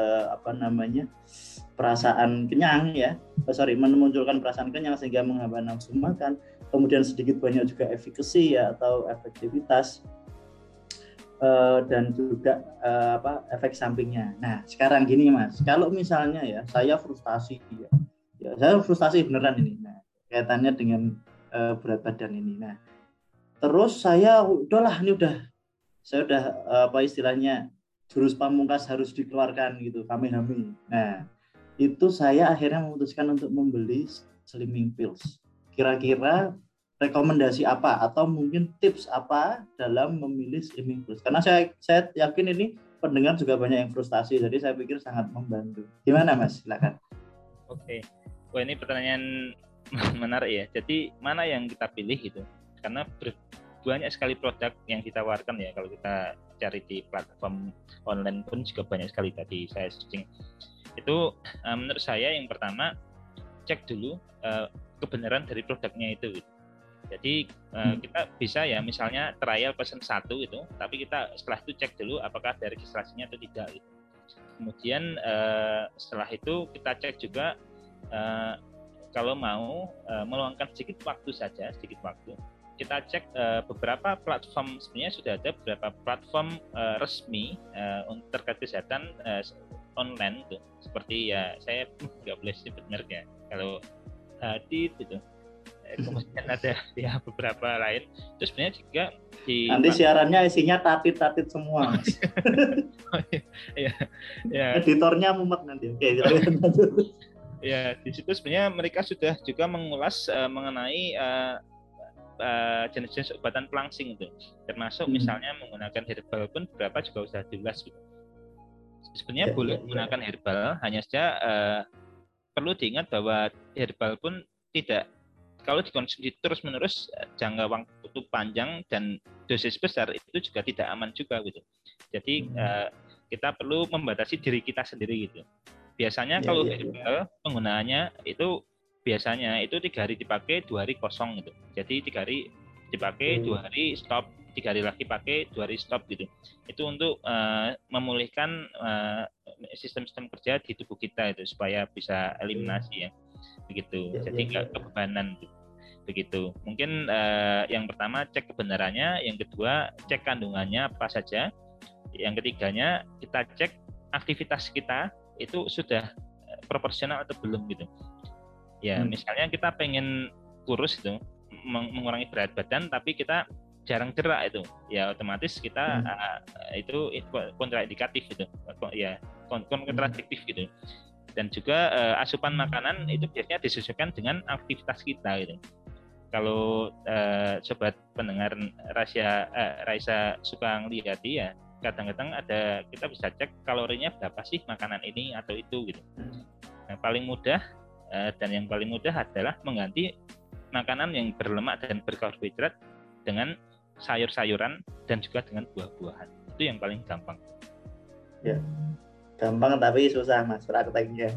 perasaan kenyang ya, memunculkan perasaan kenyang sehingga menghambat nafsu makan. Kemudian sedikit banyak juga efikasi ya atau efektivitas dan juga efek sampingnya. Nah sekarang gini Mas, kalau misalnya ya saya frustasi ya saya frustasi beneran ini. Nah kaitannya dengan berat badan ini. Nah terus saya saya udah istilahnya jurus pamungkas harus dikeluarkan gitu, kami. Nah itu saya akhirnya memutuskan untuk membeli slimming pills. Kira-kira rekomendasi apa atau mungkin tips apa dalam memilih slimming pills? Karena saya yakin ini pendengar juga banyak yang frustasi, jadi saya pikir sangat membantu. Gimana Mas? Silakan. Oke. Wah ini pertanyaan menarik ya. Jadi mana yang kita pilih gitu? Karena banyak sekali produk yang ditawarkan ya, kalau kita cari di platform online pun juga banyak sekali. Tadi saya searching itu menurut saya yang pertama cek dulu kebenaran dari produknya itu gitu. Jadi kita bisa ya misalnya trial pesen 1 itu, tapi kita setelah itu cek dulu apakah ada registrasinya atau tidak gitu. Kemudian setelah itu kita cek juga kalau mau meluangkan sedikit waktu saja, kita cek beberapa platform, sebenarnya sudah ada beberapa platform resmi terkait kesehatan online tuh, seperti ya saya nggak boleh sebut merek ya, kalau Hadid itu, kemudian ada ya beberapa lain. Terus sebenarnya juga di nanti siarannya isinya tatit semua. ya. Editornya mumet nanti. Oke, ya di situ sebenarnya mereka sudah juga mengulas mengenai jenis-jenis obatan pelangsing itu, termasuk misalnya menggunakan herbal pun berapa juga sudah diulas gitu. Sebenarnya boleh menggunakan herbal, hanya saja perlu diingat bahwa herbal pun tidak, kalau dikonsumsi terus-menerus jangka waktu panjang dan dosis besar itu juga tidak aman juga gitu. Jadi kita perlu membatasi diri kita sendiri gitu. Biasanya kalau herbal penggunaannya itu biasanya itu 3 hari dipakai, 2 hari kosong gitu. Jadi 3 hari dipakai, 2 hari stop, 3 hari lagi pakai, 2 hari stop gitu. Itu untuk memulihkan sistem-sistem kerja di tubuh kita itu supaya bisa eliminasi ya. Begitu. Jadi nggak kebebanan begitu. Mungkin yang pertama cek kebenarannya, yang kedua cek kandungannya apa saja, yang ketiganya kita cek aktivitas kita itu sudah proporsional atau belum gitu. Ya, misalnya kita pengen kurus itu, mengurangi berat badan, tapi kita jarang gerak itu, ya otomatis kita itu kontraindikatif gitu, ya kontradiktif gitu. Dan juga asupan makanan itu biasanya disesuaikan dengan aktivitas kita gitu. Kalau sobat pendengar Raisa suka ngelihat ya, kadang-kadang ada, kita bisa cek kalorinya berapa sih makanan ini atau itu gitu. Yang paling mudah dan yang paling mudah adalah mengganti makanan yang berlemak dan berkarbohidrat dengan sayur-sayuran dan juga dengan buah-buahan. Itu yang paling gampang. Ya, gampang tapi susah Mas prakteknya.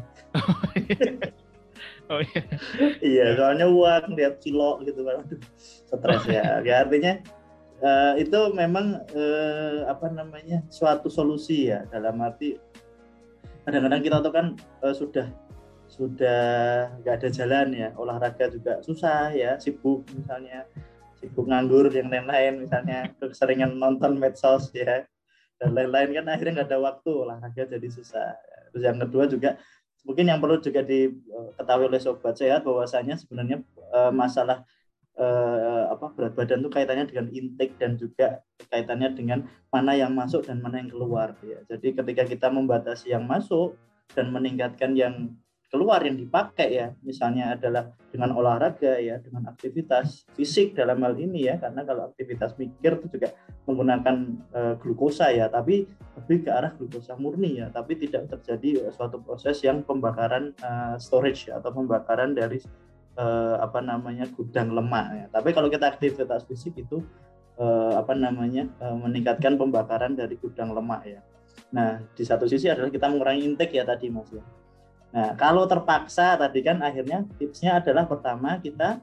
Oh iya. Iya, soalnya uang lihat kilo gitu kan, stres ya. Ya artinya itu memang suatu solusi ya, dalam arti kadang-kadang kita tuh kan sudah nggak ada jalan ya, olahraga juga susah ya, sibuk nganggur yang lain-lain, misalnya keseringan nonton medsos ya dan lain-lain, kan akhirnya nggak ada waktu olahraga, jadi susah. Terus yang kedua juga mungkin yang perlu juga diketahui oleh sobat sehat bahwasanya sebenarnya masalah berat badan itu kaitannya dengan intake dan juga kaitannya dengan mana yang masuk dan mana yang keluar ya. Jadi ketika kita membatasi yang masuk dan meningkatkan yang keluar yang dipakai ya, misalnya adalah dengan olahraga ya, dengan aktivitas fisik dalam hal ini ya, karena kalau aktivitas mikir itu juga menggunakan glukosa ya, tapi lebih ke arah glukosa murni ya, tapi tidak terjadi suatu proses yang pembakaran storage ya, atau pembakaran dari gudang lemak ya. Tapi kalau kita aktivitas fisik itu meningkatkan pembakaran dari gudang lemak ya. Nah, di satu sisi adalah kita mengurangi intake ya tadi Mas ya. Nah, kalau terpaksa tadi kan akhirnya tipsnya adalah pertama kita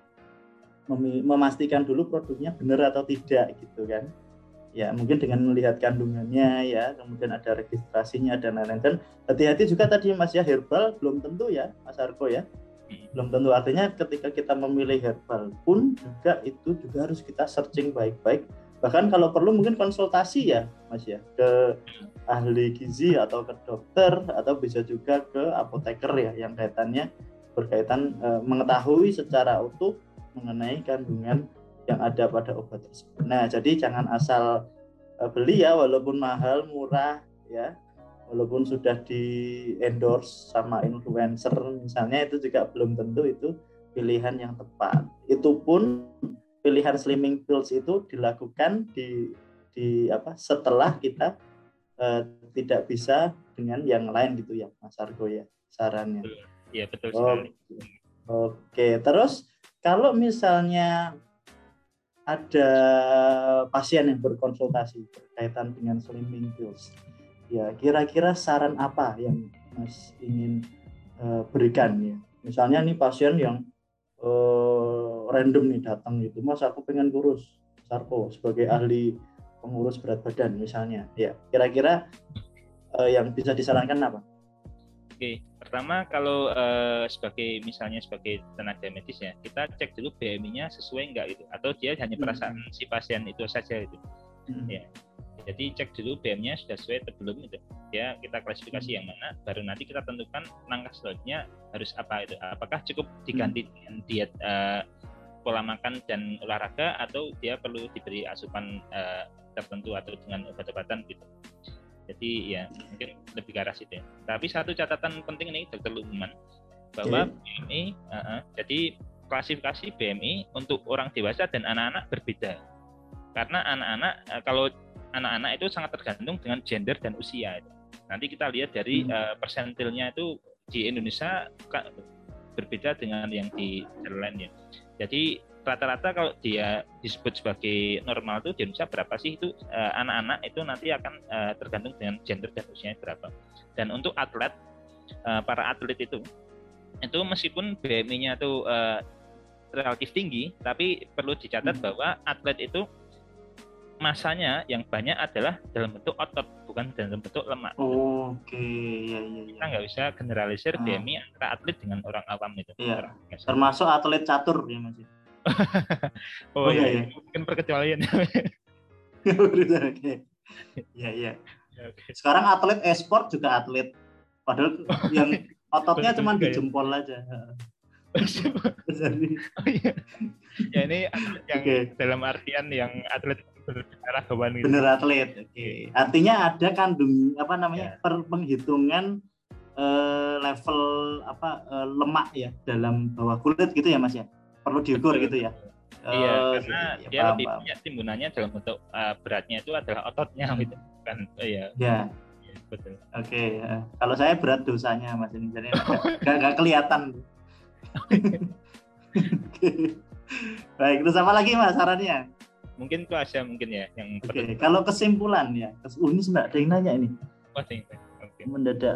memastikan dulu produknya benar atau tidak gitu kan. Ya, mungkin dengan melihat kandungannya ya, kemudian ada registrasinya dan lain-lain. Dan hati-hati juga tadi Mas ya, herbal belum tentu ya Mas Arko ya. Belum tentu, artinya ketika kita memilih herbal pun juga itu juga harus kita searching baik-baik. Bahkan kalau perlu mungkin konsultasi ya Mas ya, ke ahli gizi atau ke dokter, atau bisa juga ke apoteker ya, yang berkaitan mengetahui secara utuh mengenai kandungan yang ada pada obat tersebut. Nah, jadi jangan asal beli ya, walaupun mahal, murah ya, walaupun sudah di endorse sama influencer misalnya, itu juga belum tentu itu pilihan yang tepat. Itu pun pilihan slimming pills itu dilakukan setelah kita tidak bisa dengan yang lain gitu ya Mas Argo ya, sarannya. Iya betul sekali. Oke, terus kalau misalnya ada pasien yang berkonsultasi berkaitan dengan slimming pills, ya kira-kira saran apa yang Mas ingin berikan ya? Misalnya nih pasien yang random nih datang gitu, Mas aku pengen kurus, Sarko sebagai ahli pengurus berat badan misalnya, ya kira-kira yang bisa disarankan apa? Oke, pertama kalau misalnya sebagai tenaga medis ya, kita cek dulu BMI-nya sesuai enggak gitu, atau dia hanya perasaan si pasien itu saja gitu. Ya. Jadi cek dulu BM-nya sudah sesuai atau belum gitu. Ya, kita klasifikasi yang mana, baru nanti kita tentukan langkah selanjutnya harus apa itu. Apakah cukup diganti dengan diet pola makan dan olahraga, atau dia perlu diberi asupan tertentu atau dengan obat-obatan gitu. Jadi ya mungkin lebih ke arah situ ya. Tapi satu catatan penting nih Dr. Lukman, bahwa BMI, jadi klasifikasi BMI untuk orang dewasa dan anak-anak berbeda. Karena kalau anak-anak itu sangat tergantung dengan gender dan usia. Nanti kita lihat dari persentilnya itu di Indonesia berbeda dengan yang di negara lain ya. Jadi rata-rata kalau dia disebut sebagai normal itu di Indonesia berapa sih, itu anak-anak itu nanti akan tergantung dengan gender dan usianya berapa. Dan untuk atlet, para atlet itu meskipun BMI-nya itu relatif tinggi, tapi perlu dicatat bahwa atlet itu masanya yang banyak adalah dalam bentuk otot, bukan dalam bentuk lemak. Oke, ya. Kita nggak bisa generalisir BMI antara atlet dengan orang awam itu. Iya. Termasuk atlet catur ya Mas. Ya. Mungkin perkecualian. Oke. Iya. Sekarang atlet e-sport juga atlet, padahal yang ototnya cuma di jempol aja. Ya ini atlet yang dalam artian yang atlet beragamawan gitu. Bener atlet. Artinya ada penghitungan level lemak ya dalam bawah kulit gitu ya Mas ya. Perlu diukur gitu ya. Iya, karena dia lebih banyak timbunannya dalam bentuk beratnya itu adalah ototnya gitu kan. Ya. Betul. Oke. Kalau saya berat dosanya Mas ini, jadi nggak kelihatan. Baik, terus apa lagi Mas sarannya? Mungkin itu aja mungkin ya yang kalau kesimpulan ya. Ini sebenarnya ada yang nanya ini. Mendadak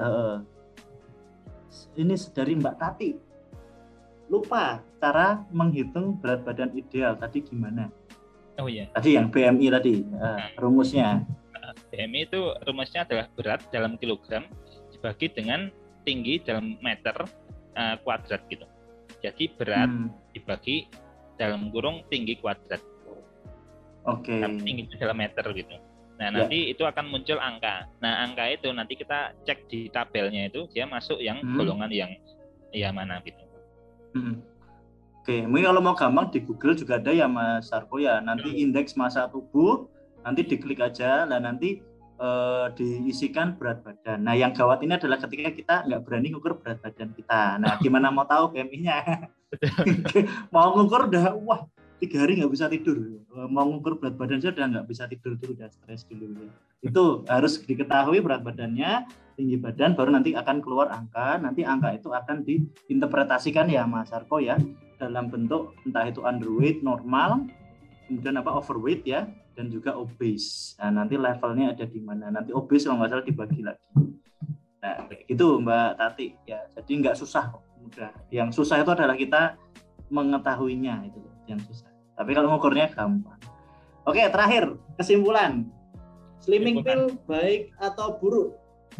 ini dari Mbak Tati. Lupa cara menghitung berat badan ideal tadi gimana? Oh iya. Tadi yang BMI tadi rumusnya. BMI itu rumusnya adalah berat dalam kilogram dibagi dengan tinggi dalam meter kuadrat gitu. Jadi berat dibagi dalam kurung tinggi kuadrat. Oke. Tinggi itu dalam meter gitu. Nah nanti itu akan muncul angka. Nah angka itu nanti kita cek di tabelnya itu dia masuk yang golongan yang mana gitu. Oke, mungkin kalau mau gampang di Google juga ada ya Mas Sarko ya. Nanti indeks massa tubuh, nanti diklik aja, lah nanti diisikan berat badan. Nah yang gawat ini adalah ketika kita nggak berani ngukur berat badan kita. Nah gimana mau tahu BMI-nya? Mau ngukur udah 3 hari nggak bisa tidur. Mau ngukur berat badan saya udah nggak bisa tidur dulu, udah stres dulu. Ya. Itu harus diketahui berat badannya, tinggi badan, baru nanti akan keluar angka. Nanti angka itu akan diinterpretasikan ya Mas Sarko ya dalam bentuk entah itu underweight, normal, kemudian overweight ya, dan juga obese. Nah, nanti levelnya ada di mana. Nanti obese kalau nggak salah dibagi lagi. Nah, kayak gitu Mbak Tati ya. Jadi nggak susah kok, mudah. Yang susah itu adalah kita mengetahuinya, itu yang susah. Tapi kalau mengukurnya gampang. Oke, terakhir kesimpulan. Slimming pill baik atau buruk?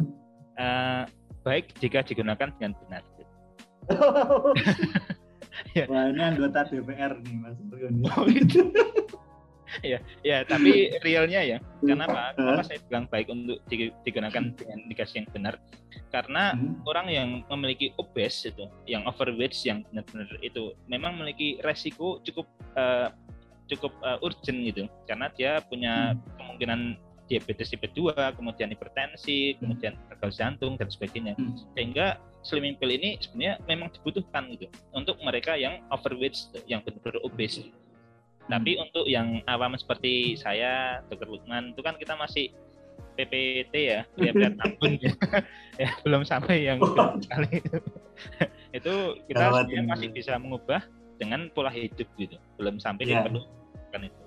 Baik jika digunakan dengan benar. Wah, ini anggota DPR nih Mas. Ya, tapi realnya ya. Kenapa saya bilang baik untuk digunakan dengan indikasi yang benar? Karena orang yang memiliki obes itu, yang overweight, yang benar-benar itu, memang memiliki resiko cukup urgent gitu. Karena dia punya kemungkinan diabetes tipe 2, kemudian hipertensi, kemudian gagal jantung dan sebagainya. Sehingga slimming pill ini sebenarnya memang dibutuhkan gitu untuk mereka yang overweight, yang benar-benar obes. Tapi untuk yang awam seperti saya, Dr. Lukman, itu kan kita masih PPT ya, berat tabun ya, belum sampai yang sekali itu kita sebenarnya masih bisa mengubah dengan pola hidup gitu, belum sampai diperlukan itu.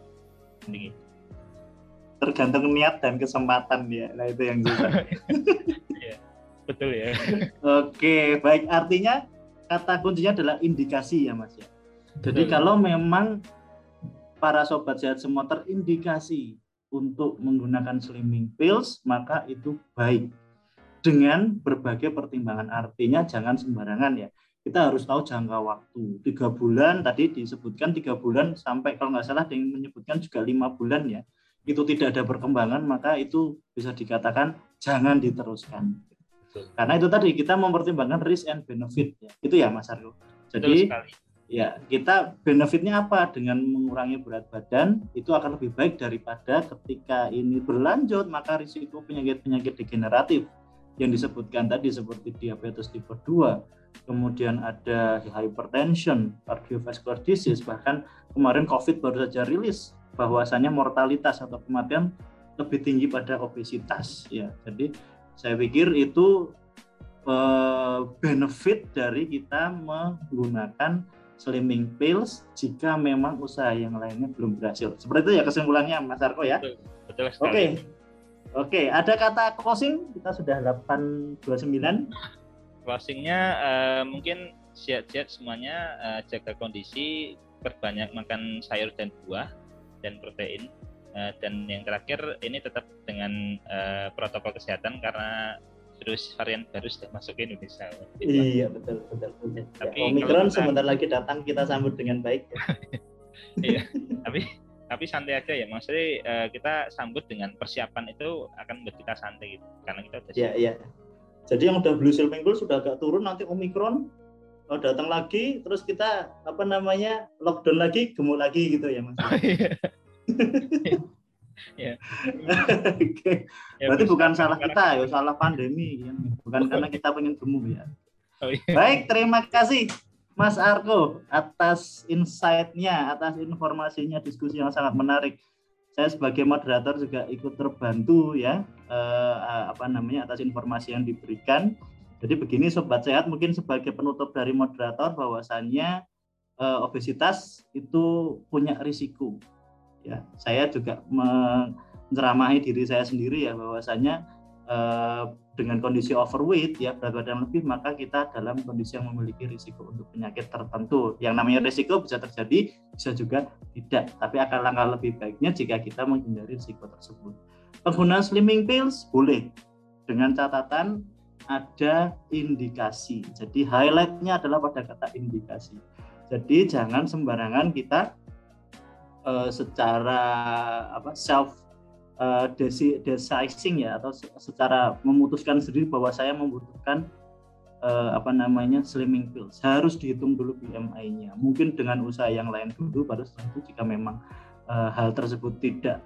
Tergantung niat dan kesempatan ya, nah itu yang susah. Ya, betul ya. Oke, baik, artinya kata kuncinya adalah indikasi ya Mas ya. Jadi kalau memang para sobat sehat semua terindikasi untuk menggunakan slimming pills, maka itu baik dengan berbagai pertimbangan. Artinya jangan sembarangan ya. Kita harus tahu jangka waktu. 3 bulan, tadi disebutkan 3 bulan sampai kalau nggak salah ada yang menyebutkan juga 5 bulan ya. Itu tidak ada perkembangan, maka itu bisa dikatakan jangan diteruskan. Karena itu tadi kita mempertimbangkan risk and benefit ya. Itu ya Mas Argo. Jadi ya, kita benefitnya apa? Dengan mengurangi berat badan itu akan lebih baik daripada ketika ini berlanjut, maka risiko penyakit-penyakit degeneratif yang disebutkan tadi seperti diabetes tipe 2, kemudian ada hypertension, cardiovascular disease, bahkan kemarin COVID baru saja rilis bahwasanya mortalitas atau kematian lebih tinggi pada obesitas ya. Jadi saya pikir itu benefit dari kita menggunakan slimming pills jika memang usaha yang lainnya belum berhasil. Seperti itu ya kesimpulannya Mas Arko ya. Betul sekali. Oke, ada kata closing, kita sudah 8:29. Closingnya mungkin sehat-sehat semuanya, jaga kondisi, perbanyak makan sayur dan buah dan protein, dan yang terakhir ini tetap dengan protokol kesehatan karena virus varian baru sudah masuk ke Indonesia. Iya betul. Tapi Omikron sebentar lagi datang, kita sambut dengan baik. Iya, tapi santai aja ya, maksudnya kita sambut dengan persiapan itu akan membuat kita santai gitu, karena kita udah siap. Iya. Jadi yang udah beli slimming pill sudah agak turun, nanti Omikron datang lagi, terus kita lockdown lagi, gemuk lagi gitu ya Mas. Ya. Oke. Berarti bukan salah kita ya, salah pandemi ya. Bukan karena kita pengen gemuk ya. Baik, terima kasih Mas Arko atas insight-nya, atas informasinya, diskusi yang sangat menarik. Saya sebagai moderator juga ikut terbantu ya, atas informasi yang diberikan. Jadi begini Sobat Sehat, mungkin sebagai penutup dari moderator bahwasannya obesitas itu punya risiko. Ya, saya juga menceramahi diri saya sendiri ya, bahwasanya dengan kondisi overweight ya, berat badan lebih, maka kita dalam kondisi yang memiliki risiko untuk penyakit tertentu. Yang namanya risiko bisa terjadi, bisa juga tidak, tapi akan langkah lebih baiknya jika kita menghindari risiko tersebut. Penggunaan slimming pills boleh, dengan catatan ada indikasi. Jadi highlight-nya adalah pada kata indikasi. Jadi jangan sembarangan kita secara self deciding ya, atau secara memutuskan sendiri bahwa saya membutuhkan slimming pills. Harus dihitung dulu BMI-nya. Mungkin dengan usaha yang lain dulu, baru setelah itu jika memang hal tersebut tidak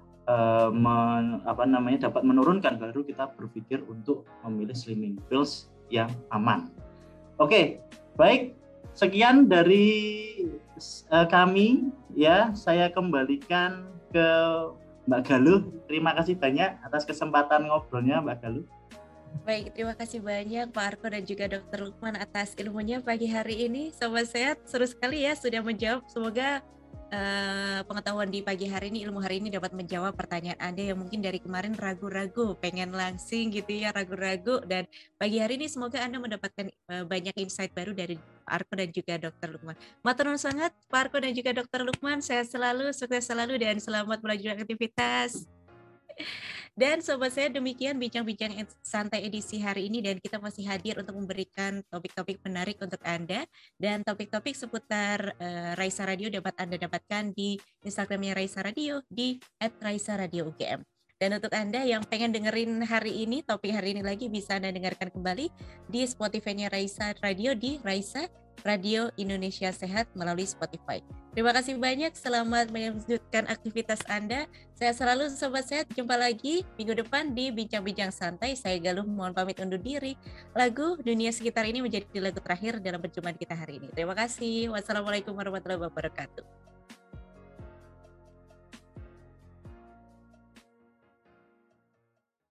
dapat menurunkan, baru kita berpikir untuk memilih slimming pills yang aman. Oke, baik. Sekian dari kami ya, saya kembalikan ke Mbak Galuh. Terima kasih banyak atas kesempatan ngobrolnya Mbak Galuh. Baik, terima kasih banyak Pak Arko dan juga Dr. Lukman atas ilmunya pagi hari ini. Sobat Sehat, seru sekali ya sudah menjawab. Semoga pengetahuan di pagi hari ini, ilmu hari ini dapat menjawab pertanyaan Anda yang mungkin dari kemarin ragu-ragu, pengen langsing gitu ya, ragu-ragu. Dan pagi hari ini semoga Anda mendapatkan banyak insight baru dari Pak Arko dan juga Dr. Lukman. Matur nuwun sangat Pak Arko dan juga Dr. Lukman. Sehat selalu, sukses selalu, dan selamat melanjutkan aktivitas. Dan sobat saya, demikian bincang-bincang santai edisi hari ini, dan kita masih hadir untuk memberikan topik-topik menarik untuk Anda, dan topik-topik seputar Raisa Radio dapat Anda dapatkan di Instagramnya Raisa Radio di @raisa_radio_ugm. Dan untuk Anda yang pengen dengerin hari ini, topik hari ini lagi, bisa Anda dengarkan kembali di Spotify-nya Raisa Radio di Raisa Radio Indonesia Sehat melalui Spotify. Terima kasih banyak, selamat melanjutkan aktivitas Anda. Saya selalu Sobat Sehat, jumpa lagi minggu depan di Bincang-Bincang Santai. Saya Galuh, mohon pamit undur diri. Lagu Dunia Sekitar ini menjadi lagu terakhir dalam perjumpaan kita hari ini. Terima kasih. Wassalamualaikum warahmatullahi wabarakatuh.